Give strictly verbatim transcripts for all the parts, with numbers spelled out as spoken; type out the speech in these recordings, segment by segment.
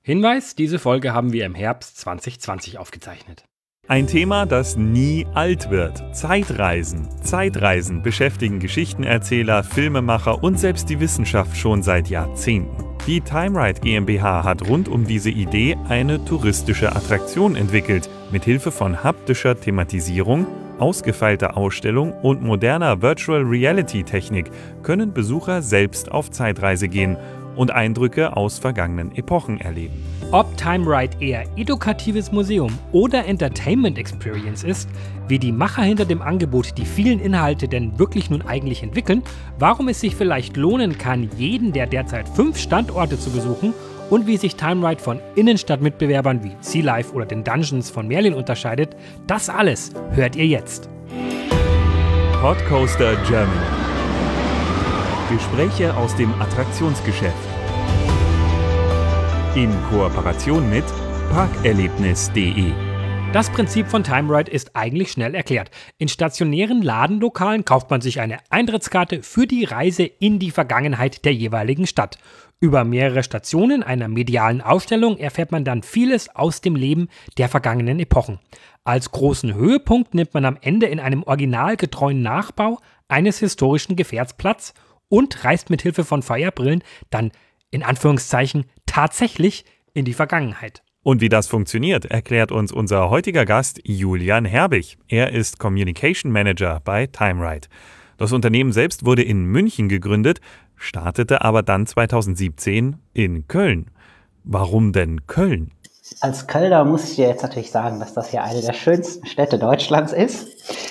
Hinweis, diese Folge haben wir im Herbst zwanzig zwanzig aufgezeichnet. Ein Thema, das nie alt wird. Zeitreisen. Zeitreisen beschäftigen Geschichtenerzähler, Filmemacher und selbst die Wissenschaft schon seit Jahrzehnten. Die TimeRide GmbH hat rund um diese Idee eine touristische Attraktion entwickelt. Mithilfe von haptischer Thematisierung, ausgefeilter Ausstellung und moderner Virtual Reality Technik können Besucher selbst auf Zeitreise gehen und Eindrücke aus vergangenen Epochen erleben. Ob TimeRide eher edukatives Museum oder Entertainment Experience ist, wie die Macher hinter dem Angebot die vielen Inhalte denn wirklich nun eigentlich entwickeln, warum es sich vielleicht lohnen kann, jeden der derzeit fünf Standorte zu besuchen und wie sich TimeRide von Innenstadtmitbewerbern wie Sea Life oder den Dungeons von Merlin unterscheidet, das alles hört ihr jetzt. Podcoaster Germany. Gespräche aus dem Attraktionsgeschäft. In Kooperation mit parkerlebnis punkt de. Das Prinzip von TimeRide ist eigentlich schnell erklärt. In stationären Ladenlokalen kauft man sich eine Eintrittskarte für die Reise in die Vergangenheit der jeweiligen Stadt. Über mehrere Stationen einer medialen Ausstellung erfährt man dann vieles aus dem Leben der vergangenen Epochen. Als großen Höhepunkt nimmt man am Ende in einem originalgetreuen Nachbau eines historischen Gefährts Platz und reist mit Hilfe von V R-Brillen dann in Anführungszeichen tatsächlich in die Vergangenheit. Und wie das funktioniert, erklärt uns unser heutiger Gast Julian Herbig. Er ist Communication Manager bei TimeRide. Das Unternehmen selbst wurde in München gegründet, startete aber dann zweitausendsiebzehn in Köln. Warum denn Köln? Als Kölner muss ich dir jetzt natürlich sagen, dass das ja eine der schönsten Städte Deutschlands ist.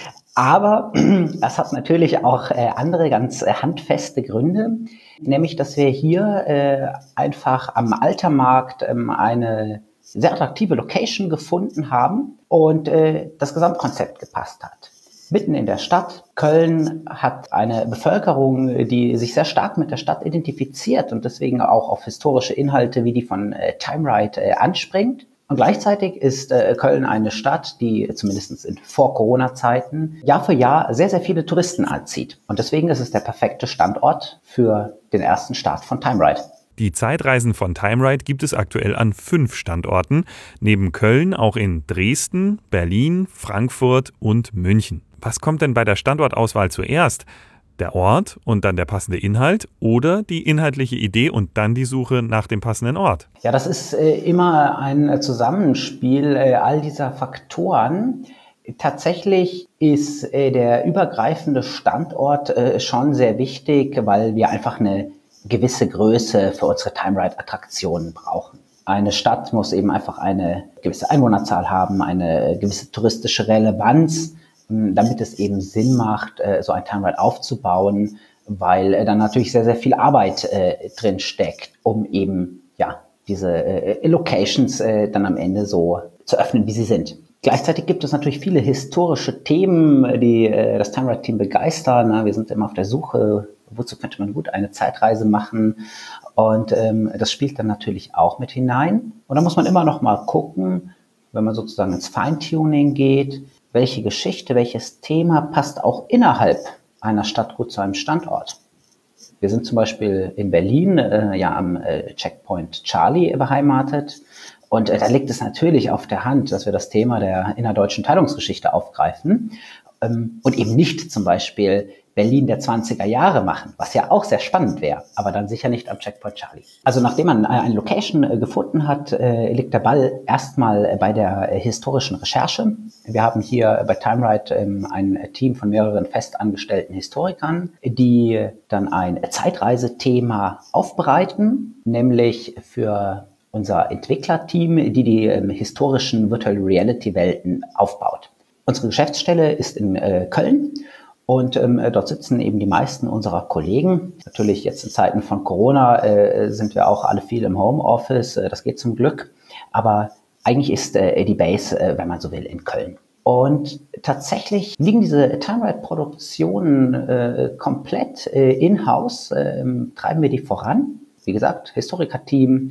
Aber das hat natürlich auch äh, andere ganz äh, handfeste Gründe, nämlich dass wir hier äh, einfach am Altermarkt ähm, eine sehr attraktive Location gefunden haben und äh, das Gesamtkonzept gepasst hat. Mitten in der Stadt. Köln hat eine Bevölkerung, die sich sehr stark mit der Stadt identifiziert und deswegen auch auf historische Inhalte wie die von äh, TimeRide äh, anspringt. Und gleichzeitig ist äh, Köln eine Stadt, die zumindest in Vor-Corona-Zeiten Jahr für Jahr sehr, sehr viele Touristen anzieht. Und deswegen ist es der perfekte Standort für den ersten Start von TimeRide. Die Zeitreisen von TimeRide gibt es aktuell an fünf Standorten, neben Köln auch in Dresden, Berlin, Frankfurt und München. Was kommt denn bei der Standortauswahl zuerst? Der Ort und dann der passende Inhalt oder die inhaltliche Idee und dann die Suche nach dem passenden Ort? Ja, das ist äh, immer ein äh, Zusammenspiel äh, all dieser Faktoren. Tatsächlich ist äh, der übergreifende Standort äh, schon sehr wichtig, weil wir einfach eine gewisse Größe für unsere TimeRide-Attraktionen brauchen. Eine Stadt muss eben einfach eine gewisse Einwohnerzahl haben, eine gewisse touristische Relevanz, damit es eben Sinn macht, so ein TimeRide aufzubauen, weil dann natürlich sehr, sehr viel Arbeit äh, drin steckt, um eben ja diese äh, Locations äh, dann am Ende so zu öffnen, wie sie sind. Gleichzeitig gibt es natürlich viele historische Themen, die äh, das TimeRide-Team begeistern. Na, wir sind immer auf der Suche, wozu könnte man gut eine Zeitreise machen? Und ähm, das spielt dann natürlich auch mit hinein. Und da muss man immer noch mal gucken, wenn man sozusagen ins Feintuning geht, welche Geschichte, welches Thema passt auch innerhalb einer Stadt gut zu einem Standort. Wir sind zum Beispiel in Berlin äh, ja am äh, Checkpoint Charlie beheimatet und äh, da liegt es natürlich auf der Hand, dass wir das Thema der innerdeutschen Teilungsgeschichte aufgreifen ähm, und eben nicht zum Beispiel Berlin der zwanziger Jahre machen, was ja auch sehr spannend wäre, aber dann sicher nicht am Checkpoint Charlie. Also nachdem man eine Location gefunden hat, liegt der Ball erstmal bei der historischen Recherche. Wir haben hier bei TimeRide ein Team von mehreren festangestellten Historikern, die dann ein Zeitreisethema aufbereiten, nämlich für unser Entwicklerteam, die die historischen Virtual Reality Welten aufbaut. Unsere Geschäftsstelle ist in Köln. Und ähm, dort sitzen eben die meisten unserer Kollegen. Natürlich jetzt in Zeiten von Corona äh, sind wir auch alle viel im Homeoffice. Äh, das geht zum Glück. Aber eigentlich ist äh, die Base, äh, wenn man so will, in Köln. Und tatsächlich liegen diese TimeRide-Produktionen äh, komplett äh, in-house. Äh, treiben wir die voran. Wie gesagt, Historiker-Team,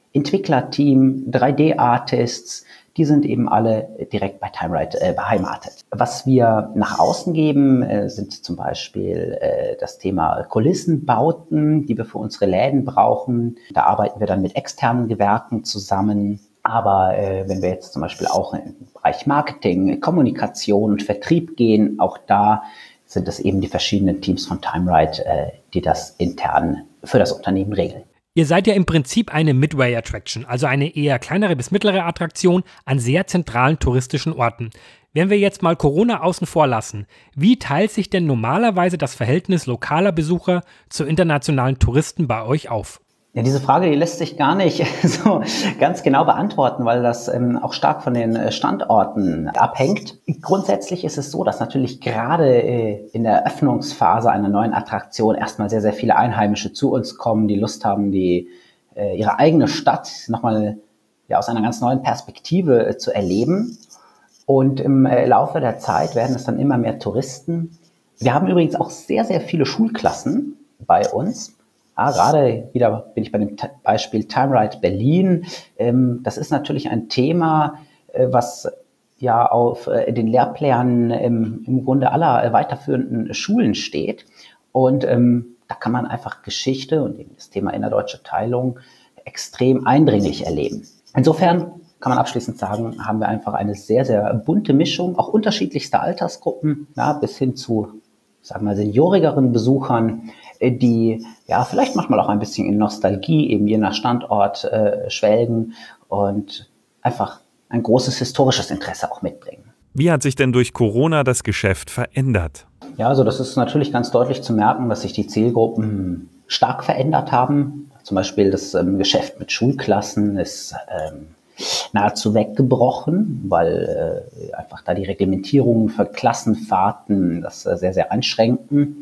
Entwicklerteam, drei D-Artists, die sind eben alle direkt bei TimeRight äh, beheimatet. Was wir nach außen geben, äh, sind zum Beispiel äh, das Thema Kulissenbauten, die wir für unsere Läden brauchen. Da arbeiten wir dann mit externen Gewerken zusammen. Aber äh, wenn wir jetzt zum Beispiel auch im Bereich Marketing, Kommunikation und Vertrieb gehen, auch da sind es eben die verschiedenen Teams von TimeRight, äh, die das intern für das Unternehmen regeln. Ihr seid ja im Prinzip eine Midway-Attraction, also eine eher kleinere bis mittlere Attraktion an sehr zentralen touristischen Orten. Wenn wir jetzt mal Corona außen vor lassen, wie teilt sich denn normalerweise das Verhältnis lokaler Besucher zu internationalen Touristen bei euch auf? Ja, diese Frage, die lässt sich gar nicht so ganz genau beantworten, weil das ähm, auch stark von den Standorten abhängt. Grundsätzlich ist es so, dass natürlich gerade äh, in der Öffnungsphase einer neuen Attraktion erstmal sehr, sehr viele Einheimische zu uns kommen, die Lust haben, die äh, ihre eigene Stadt nochmal ja, aus einer ganz neuen Perspektive äh, zu erleben. Und im äh, Laufe der Zeit werden es dann immer mehr Touristen. Wir haben übrigens auch sehr, sehr viele Schulklassen bei uns. Ah, gerade wieder bin ich bei dem T- Beispiel TimeRight Berlin. Ähm, das ist natürlich ein Thema, äh, was ja auf äh, den Lehrplänen ähm, im Grunde aller äh, weiterführenden Schulen steht. Und ähm, da kann man einfach Geschichte und eben das Thema innerdeutsche Teilung extrem eindringlich erleben. Insofern kann man abschließend sagen, haben wir einfach eine sehr, sehr bunte Mischung, auch unterschiedlichster Altersgruppen, ja, bis hin zu, sagen wir mal, seniorigeren Besuchern, die ja vielleicht manchmal auch ein bisschen in Nostalgie eben je nach Standort äh, schwelgen und einfach ein großes historisches Interesse auch mitbringen. Wie hat sich denn durch Corona das Geschäft verändert? Ja, also das ist natürlich ganz deutlich zu merken, dass sich die Zielgruppen stark verändert haben. Zum Beispiel das ähm, Geschäft mit Schulklassen ist ähm, nahezu weggebrochen, weil äh, einfach da die Reglementierungen für Klassenfahrten das äh, sehr, sehr einschränken.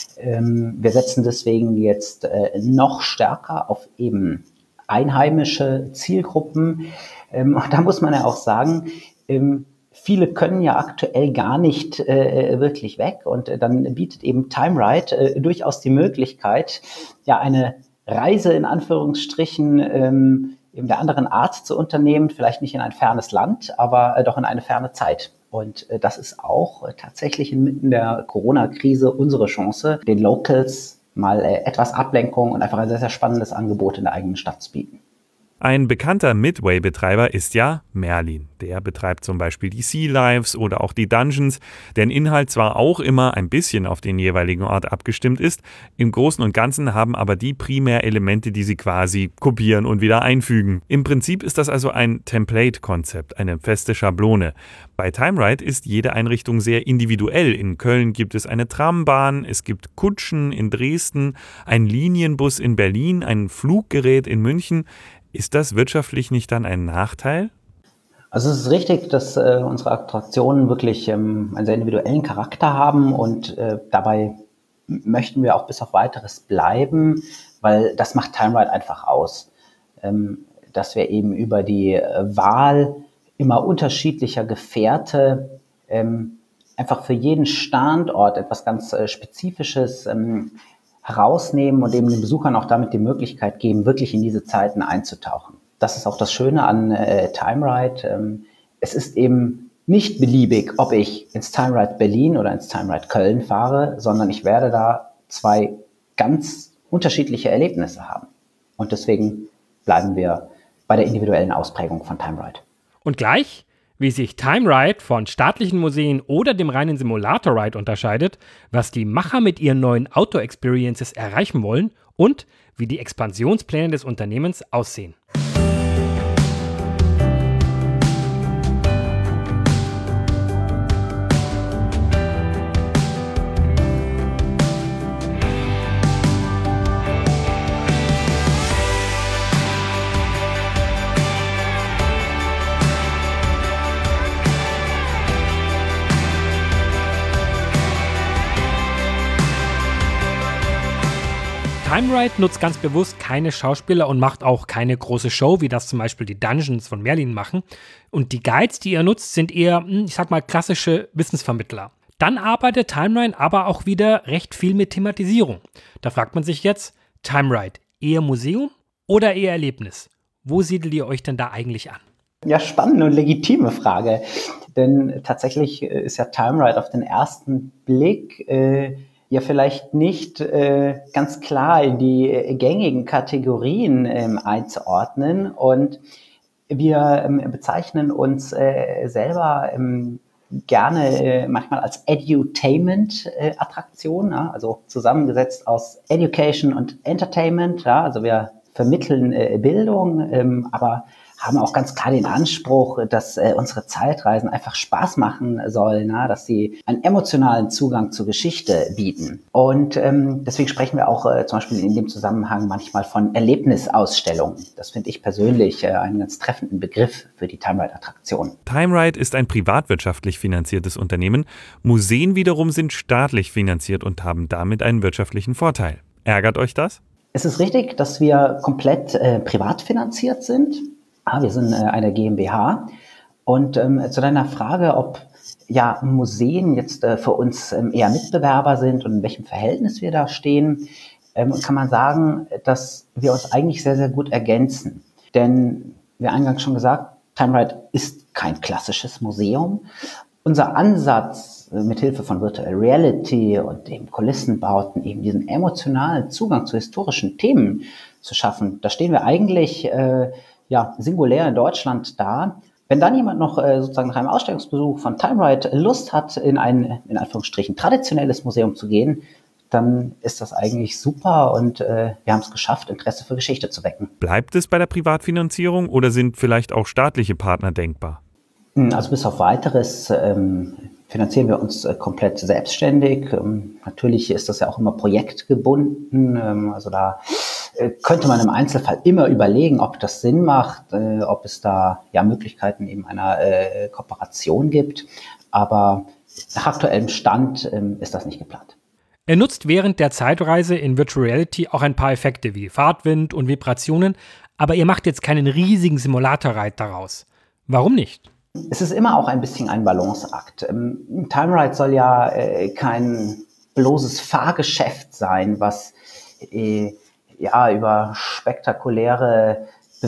Ähm, wir setzen deswegen jetzt äh, noch stärker auf eben einheimische Zielgruppen. Ähm, und da muss man ja auch sagen, ähm, viele können ja aktuell gar nicht äh, wirklich weg. Und äh, dann bietet eben TimeRight äh, durchaus die Möglichkeit, ja eine Reise in Anführungsstrichen ähm, eben der anderen Art zu unternehmen, vielleicht nicht in ein fernes Land, aber äh, doch in eine ferne Zeit. Und äh, das ist auch äh, tatsächlich inmitten der Corona-Krise unsere Chance, den Locals mal äh, etwas Ablenkung und einfach ein sehr, sehr spannendes Angebot in der eigenen Stadt zu bieten. Ein bekannter Midway-Betreiber ist ja Merlin. Der betreibt zum Beispiel die Sea Lives oder auch die Dungeons, deren Inhalt zwar auch immer ein bisschen auf den jeweiligen Ort abgestimmt ist, im Großen und Ganzen haben aber die primär Elemente, die sie quasi kopieren und wieder einfügen. Im Prinzip ist das also ein Template-Konzept, eine feste Schablone. Bei TimeRight ist jede Einrichtung sehr individuell. In Köln gibt es eine Trambahn, es gibt Kutschen in Dresden, ein Linienbus in Berlin, ein Fluggerät in München. Ist das wirtschaftlich nicht dann ein Nachteil? Also es ist richtig, dass äh, unsere Attraktionen wirklich ähm, einen sehr individuellen Charakter haben und äh, dabei möchten wir auch bis auf Weiteres bleiben, weil das macht TimeRight einfach aus, ähm, dass wir eben über die äh, Wahl immer unterschiedlicher Gefährte ähm, einfach für jeden Standort etwas ganz äh, Spezifisches ähm, herausnehmen und eben den Besuchern auch damit die Möglichkeit geben, wirklich in diese Zeiten einzutauchen. Das ist auch das Schöne an äh, TimeRight. Ähm, es ist eben nicht beliebig, ob ich ins TimeRight Berlin oder ins TimeRight Köln fahre, sondern ich werde da zwei ganz unterschiedliche Erlebnisse haben. Und deswegen bleiben wir bei der individuellen Ausprägung von TimeRight. Und gleich, wie sich TimeRight von staatlichen Museen oder dem reinen Simulator-Ride unterscheidet, was die Macher mit ihren neuen Outdoor-Experiences erreichen wollen und wie die Expansionspläne des Unternehmens aussehen. TimeRight nutzt ganz bewusst keine Schauspieler und macht auch keine große Show, wie das zum Beispiel die Dungeons von Merlin machen. Und die Guides, die ihr nutzt, sind eher, ich sag mal, klassische Wissensvermittler. Dann arbeitet TimeRight aber auch wieder recht viel mit Thematisierung. Da fragt man sich jetzt, TimeRight eher Museum oder eher Erlebnis? Wo siedelt ihr euch denn da eigentlich an? Ja, spannende und legitime Frage. Denn tatsächlich ist ja Time-Ride auf den ersten Blick äh, ja vielleicht nicht äh, ganz klar in die äh, gängigen Kategorien ähm, einzuordnen. Und wir ähm, bezeichnen uns äh, selber ähm, gerne äh, manchmal als Edutainment-Attraktion, äh, ja, also zusammengesetzt aus Education und Entertainment. Ja, also wir vermitteln äh, Bildung, ähm, aber haben auch ganz klar den Anspruch, dass äh, unsere Zeitreisen einfach Spaß machen sollen, na? Dass sie einen emotionalen Zugang zur Geschichte bieten. Und ähm, deswegen sprechen wir auch äh, zum Beispiel in dem Zusammenhang manchmal von Erlebnisausstellungen. Das finde ich persönlich äh, einen ganz treffenden Begriff für die Time-Ride-Attraktion. Time-Ride ist ein privatwirtschaftlich finanziertes Unternehmen. Museen wiederum sind staatlich finanziert und haben damit einen wirtschaftlichen Vorteil. Ärgert euch das? Es ist richtig, dass wir komplett äh, privat finanziert sind. Ah, wir sind äh, eine GmbH. Und ähm, zu deiner Frage, ob ja Museen jetzt äh, für uns ähm, eher Mitbewerber sind und in welchem Verhältnis wir da stehen, ähm, kann man sagen, dass wir uns eigentlich sehr, sehr gut ergänzen. Denn, wie eingangs schon gesagt, Time-Ride ist kein klassisches Museum. Unser Ansatz, äh, mit Hilfe von Virtual Reality und eben Kulissenbauten, eben diesen emotionalen Zugang zu historischen Themen zu schaffen, da stehen wir eigentlich äh, ja, singulär in Deutschland da. Wenn dann jemand noch äh, sozusagen nach einem Ausstellungsbesuch von Time-Ride Lust hat, in ein, in Anführungsstrichen, traditionelles Museum zu gehen, dann ist das eigentlich super und äh, wir haben es geschafft, Interesse für Geschichte zu wecken. Bleibt es bei der Privatfinanzierung oder sind vielleicht auch staatliche Partner denkbar? Also bis auf Weiteres ähm, finanzieren wir uns äh, komplett selbstständig. Ähm, natürlich ist das ja auch immer projektgebunden. Ähm, also da könnte man im Einzelfall immer überlegen, ob das Sinn macht, äh, ob es da ja Möglichkeiten eben einer äh, Kooperation gibt. Aber nach aktuellem Stand ähm, ist das nicht geplant. Er nutzt während der Zeitreise in Virtual Reality auch ein paar Effekte wie Fahrtwind und Vibrationen, aber ihr macht jetzt keinen riesigen Simulator-Ride daraus. Warum nicht? Es ist immer auch ein bisschen ein Balanceakt. Ähm, Time-Ride soll ja äh, kein bloßes Fahrgeschäft sein, was äh, ja, über spektakuläre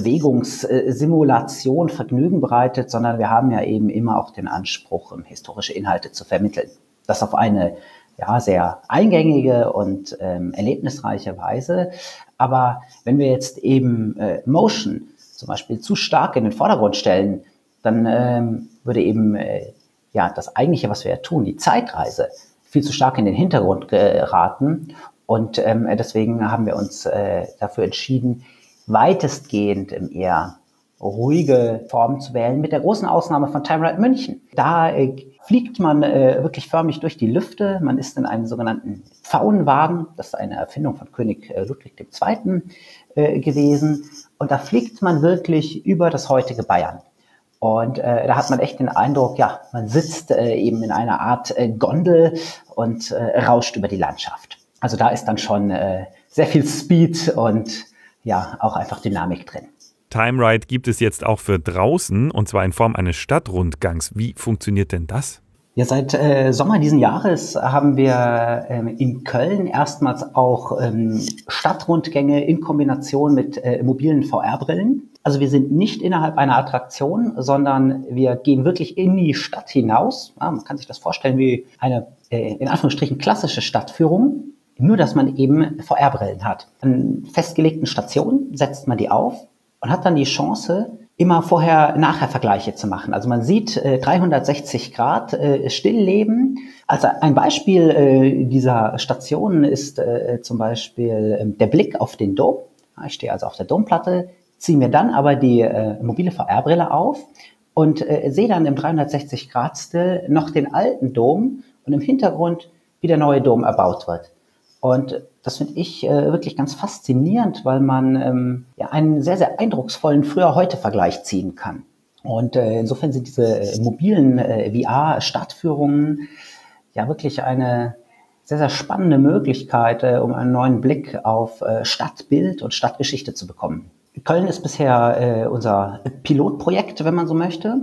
Bewegungssimulation Vergnügen bereitet, sondern wir haben ja eben immer auch den Anspruch, historische Inhalte zu vermitteln. Das auf eine ja, sehr eingängige und ähm, erlebnisreiche Weise. Aber wenn wir jetzt eben äh, Motion zum Beispiel zu stark in den Vordergrund stellen, dann ähm, würde eben äh, ja, das Eigentliche, was wir ja tun, die Zeitreise, viel zu stark in den Hintergrund geraten. Und ähm, deswegen haben wir uns äh, dafür entschieden, weitestgehend ähm, eher ruhige Formen zu wählen, mit der großen Ausnahme von Time-Ride München. Da äh, fliegt man äh, wirklich förmlich durch die Lüfte. Man ist in einem sogenannten Pfauenwagen, das ist eine Erfindung von König äh, Ludwig der Zweite. Äh, gewesen. Und da fliegt man wirklich über das heutige Bayern. Und äh, da hat man echt den Eindruck, ja, man sitzt äh, eben in einer Art äh, Gondel und äh, rauscht über die Landschaft. Also da ist dann schon äh, sehr viel Speed und ja, auch einfach Dynamik drin. Time-Ride gibt es jetzt auch für draußen, und zwar in Form eines Stadtrundgangs. Wie funktioniert denn das? Ja, seit äh, Sommer diesen Jahres haben wir ähm, in Köln erstmals auch ähm, Stadtrundgänge in Kombination mit äh, mobilen V R-Brillen. Also wir sind nicht innerhalb einer Attraktion, sondern wir gehen wirklich in die Stadt hinaus. Ja, man kann sich das vorstellen wie eine, äh, in Anführungsstrichen, klassische Stadtführung. Nur, dass man eben V R-Brillen hat. An festgelegten Stationen setzt man die auf und hat dann die Chance, immer Vorher-Nachher-Vergleiche zu machen. Also man sieht äh, dreihundertsechzig Grad äh, Stillleben. Also ein Beispiel äh, dieser Stationen ist äh, zum Beispiel äh, der Blick auf den Dom. Ich stehe also auf der Domplatte, ziehe mir dann aber die äh, mobile V R-Brille auf und äh, sehe dann im dreihundertsechzig Grad Still noch den alten Dom und im Hintergrund, wie der neue Dom erbaut wird. Und das finde ich äh, wirklich ganz faszinierend, weil man ähm, ja einen sehr, sehr eindrucksvollen Früher-Heute-Vergleich ziehen kann. Und äh, insofern sind diese äh, mobilen äh, V R-Stadtführungen ja wirklich eine sehr, sehr spannende Möglichkeit, äh, um einen neuen Blick auf äh, Stadtbild und Stadtgeschichte zu bekommen. Köln ist bisher äh, unser Pilotprojekt, wenn man so möchte.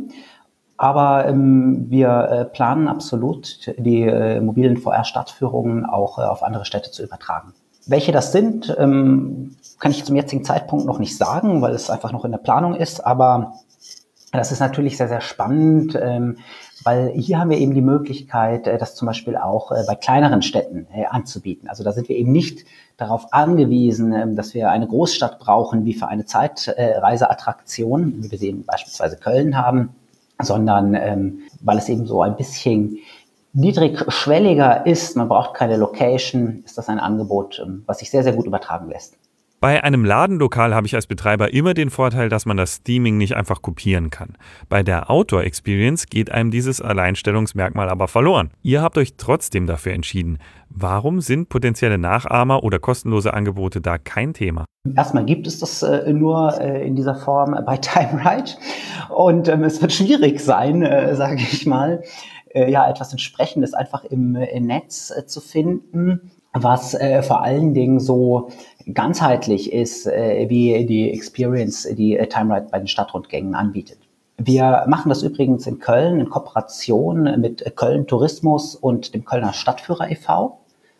Aber ähm, wir äh, planen absolut, die äh, mobilen V R-Stadtführungen auch äh, auf andere Städte zu übertragen. Welche das sind, ähm, kann ich zum jetzigen Zeitpunkt noch nicht sagen, weil es einfach noch in der Planung ist, aber das ist natürlich sehr, sehr spannend, ähm, weil hier haben wir eben die Möglichkeit, äh, das zum Beispiel auch äh, bei kleineren Städten äh, anzubieten. Also da sind wir eben nicht darauf angewiesen, ähm, dass wir eine Großstadt brauchen, wie für eine Zeitreiseattraktion, wie wir sie eben beispielsweise Köln haben, sondern ähm, weil es eben so ein bisschen niedrigschwelliger ist, man braucht keine Location, ist das ein Angebot, ähm, was sich sehr, sehr gut übertragen lässt. Bei einem Ladenlokal habe ich als Betreiber immer den Vorteil, dass man das Theming nicht einfach kopieren kann. Bei der Outdoor-Experience geht einem dieses Alleinstellungsmerkmal aber verloren. Ihr habt euch trotzdem dafür entschieden. Warum sind potenzielle Nachahmer oder kostenlose Angebote da kein Thema? Erstmal gibt es das äh, nur äh, in dieser Form bei TimeRide und ähm, es wird schwierig sein, äh, sage ich mal, äh, ja etwas Entsprechendes einfach im, im Netz äh, zu finden, was äh, vor allen Dingen so ganzheitlich ist, äh, wie die Experience, die äh, TimeRide bei den Stadtrundgängen anbietet. Wir machen das übrigens in Köln in Kooperation mit äh, Köln Tourismus und dem Kölner Stadtführer e V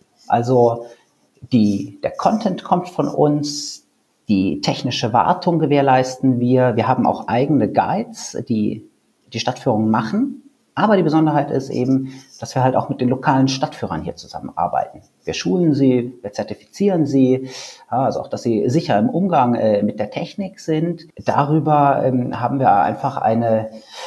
Also die, der Content kommt von uns, die technische Wartung gewährleisten wir. Wir haben auch eigene Guides, die die Stadtführung machen. Aber die Besonderheit ist eben, dass wir halt auch mit den lokalen Stadtführern hier zusammenarbeiten. Wir schulen sie, wir zertifizieren sie, also auch, dass sie sicher im Umgang äh, mit der Technik sind. Darüber ähm, haben wir einfach eine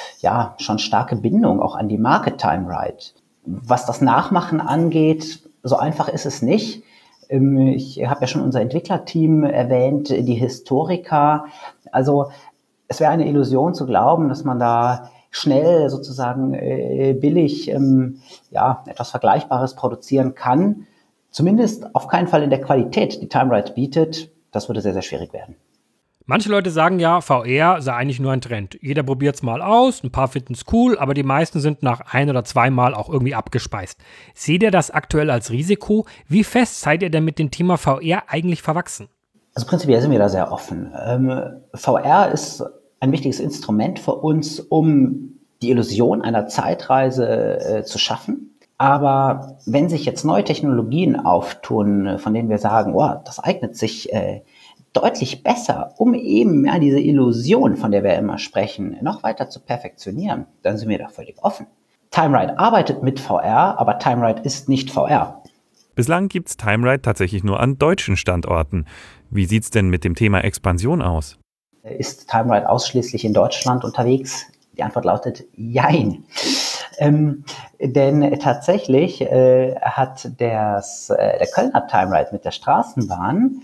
ja schon starke Bindung auch an die Marke TimeRide. Was das Nachmachen angeht, so einfach ist es nicht. Ähm, ich habe ja schon unser Entwicklerteam erwähnt, die Historiker. Also es wäre eine Illusion zu glauben, dass man da schnell sozusagen äh, billig ähm, ja, etwas Vergleichbares produzieren kann. Zumindest auf keinen Fall in der Qualität, die TimeRide bietet. Das würde sehr, sehr schwierig werden. Manche Leute sagen ja, V R sei eigentlich nur ein Trend. Jeder probiert es mal aus, ein paar finden es cool, aber die meisten sind nach ein oder zweimal auch irgendwie abgespeist. Seht ihr das aktuell als Risiko? Wie fest seid ihr denn mit dem Thema V R eigentlich verwachsen? Also prinzipiell sind wir da sehr offen. Ähm, V R ist ein wichtiges Instrument für uns, um die Illusion einer Zeitreise äh, zu schaffen. Aber wenn sich jetzt neue Technologien auftun, von denen wir sagen, oh, das eignet sich äh, deutlich besser, um eben ja, diese Illusion, von der wir immer sprechen, noch weiter zu perfektionieren, dann sind wir da völlig offen. TimeRide arbeitet mit V R, aber TimeRide ist nicht V R. Bislang gibt es TimeRide tatsächlich nur an deutschen Standorten. Wie sieht es denn mit dem Thema Expansion aus? Ist TimeRide ausschließlich in Deutschland unterwegs? Die Antwort lautet Jein. Ähm, denn tatsächlich äh, hat das, äh, der Kölner TimeRide mit der Straßenbahn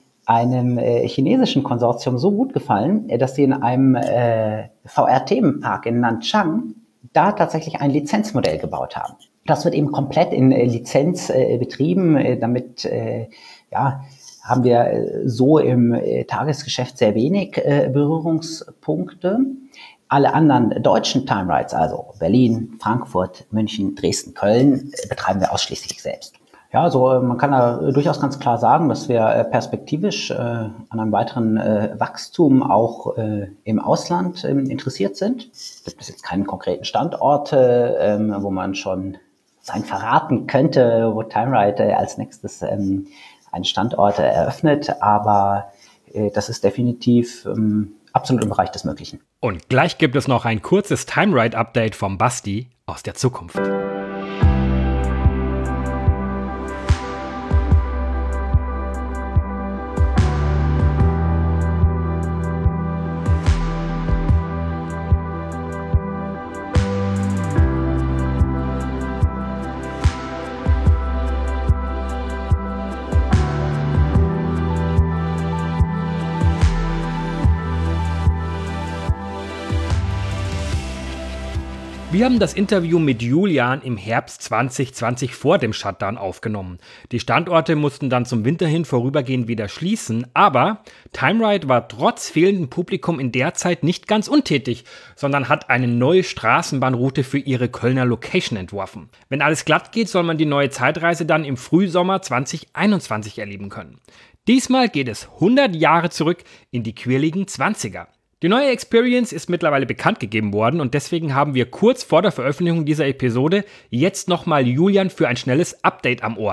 einem äh, chinesischen Konsortium so gut gefallen, äh, dass sie in einem äh, V R-Themenpark in Nanchang da tatsächlich ein Lizenzmodell gebaut haben. Das wird eben komplett in äh, Lizenz äh, betrieben, äh, damit äh, ja, haben wir so im äh, Tagesgeschäft sehr wenig äh, Berührungspunkte. Alle anderen deutschen TimeRides, also Berlin, Frankfurt, München, Dresden, Köln, äh, betreiben wir ausschließlich selbst. Ja, also äh, man kann da durchaus ganz klar sagen, dass wir äh, perspektivisch äh, an einem weiteren äh, Wachstum auch äh, im Ausland äh, interessiert sind. Es gibt jetzt keinen konkreten Standorte, äh, wo man schon sein verraten könnte, wo TimeRide äh, als nächstes ähm, einen Standort eröffnet, aber äh, das ist definitiv ähm, absolut im Bereich des Möglichen. Und gleich gibt es noch ein kurzes TimeRide-Update vom Basti aus der Zukunft. Wir haben das Interview mit Julian im Herbst zwanzig zwanzig vor dem Shutdown aufgenommen. Die Standorte mussten dann zum Winter hin vorübergehend wieder schließen, aber TimeRide war trotz fehlendem Publikum in der Zeit nicht ganz untätig, sondern hat eine neue Straßenbahnroute für ihre Kölner Location entworfen. Wenn alles glatt geht, soll man die neue Zeitreise dann im Frühsommer zwanzig einundzwanzig erleben können. Diesmal geht es hundert Jahre zurück in die quirligen Zwanziger. Die neue Experience ist mittlerweile bekannt gegeben worden und deswegen haben wir kurz vor der Veröffentlichung dieser Episode jetzt nochmal Julian für ein schnelles Update am Ohr.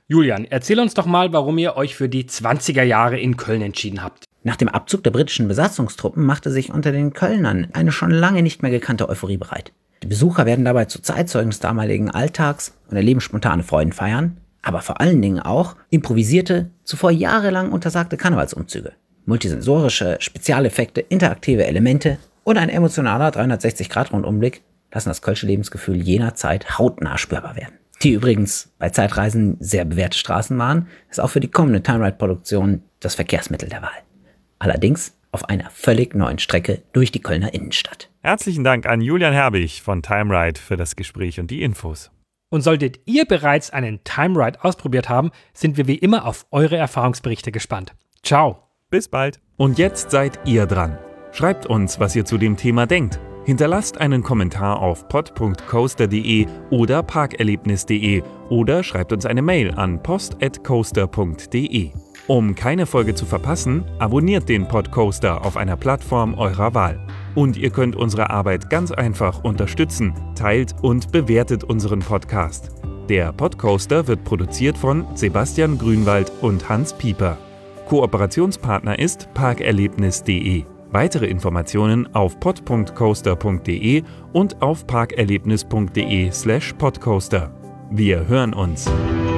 Julian, erzähl uns doch mal, warum ihr euch für die zwanziger Jahre in Köln entschieden habt. Nach dem Abzug der britischen Besatzungstruppen machte sich unter den Kölnern eine schon lange nicht mehr gekannte Euphorie bereit. Die Besucher werden dabei zu Zeitzeugen des damaligen Alltags und erleben spontane Freudenfeiern, aber vor allen Dingen auch improvisierte, zuvor jahrelang untersagte Karnevalsumzüge. Multisensorische Spezialeffekte, interaktive Elemente und ein emotionaler dreihundertsechzig-Grad-Rundumblick lassen das kölsche Lebensgefühl jener Zeit hautnah spürbar werden. Die übrigens bei Zeitreisen sehr bewährte Straßenbahn ist auch für die kommende Time-Ride-Produktion das Verkehrsmittel der Wahl. Allerdings auf einer völlig neuen Strecke durch die Kölner Innenstadt. Herzlichen Dank an Julian Herbig von Time Ride für das Gespräch und die Infos. Und solltet ihr bereits einen Time Ride ausprobiert haben, sind wir wie immer auf eure Erfahrungsberichte gespannt. Ciao. Bis bald. Und jetzt seid ihr dran. Schreibt uns, was ihr zu dem Thema denkt. Hinterlasst einen Kommentar auf pod punkt coaster punkt de oder parkerlebnis punkt de oder schreibt uns eine Mail an post at coaster punkt de. Um keine Folge zu verpassen, abonniert den Podcoaster auf einer Plattform eurer Wahl. Und ihr könnt unsere Arbeit ganz einfach unterstützen, teilt und bewertet unseren Podcast. Der Podcoaster wird produziert von Sebastian Grünwald und Hans Pieper. Kooperationspartner ist parkerlebnis punkt de. Weitere Informationen auf pod punkt coaster punkt de und auf parkerlebnis punkt de slash podcoaster. Wir hören uns.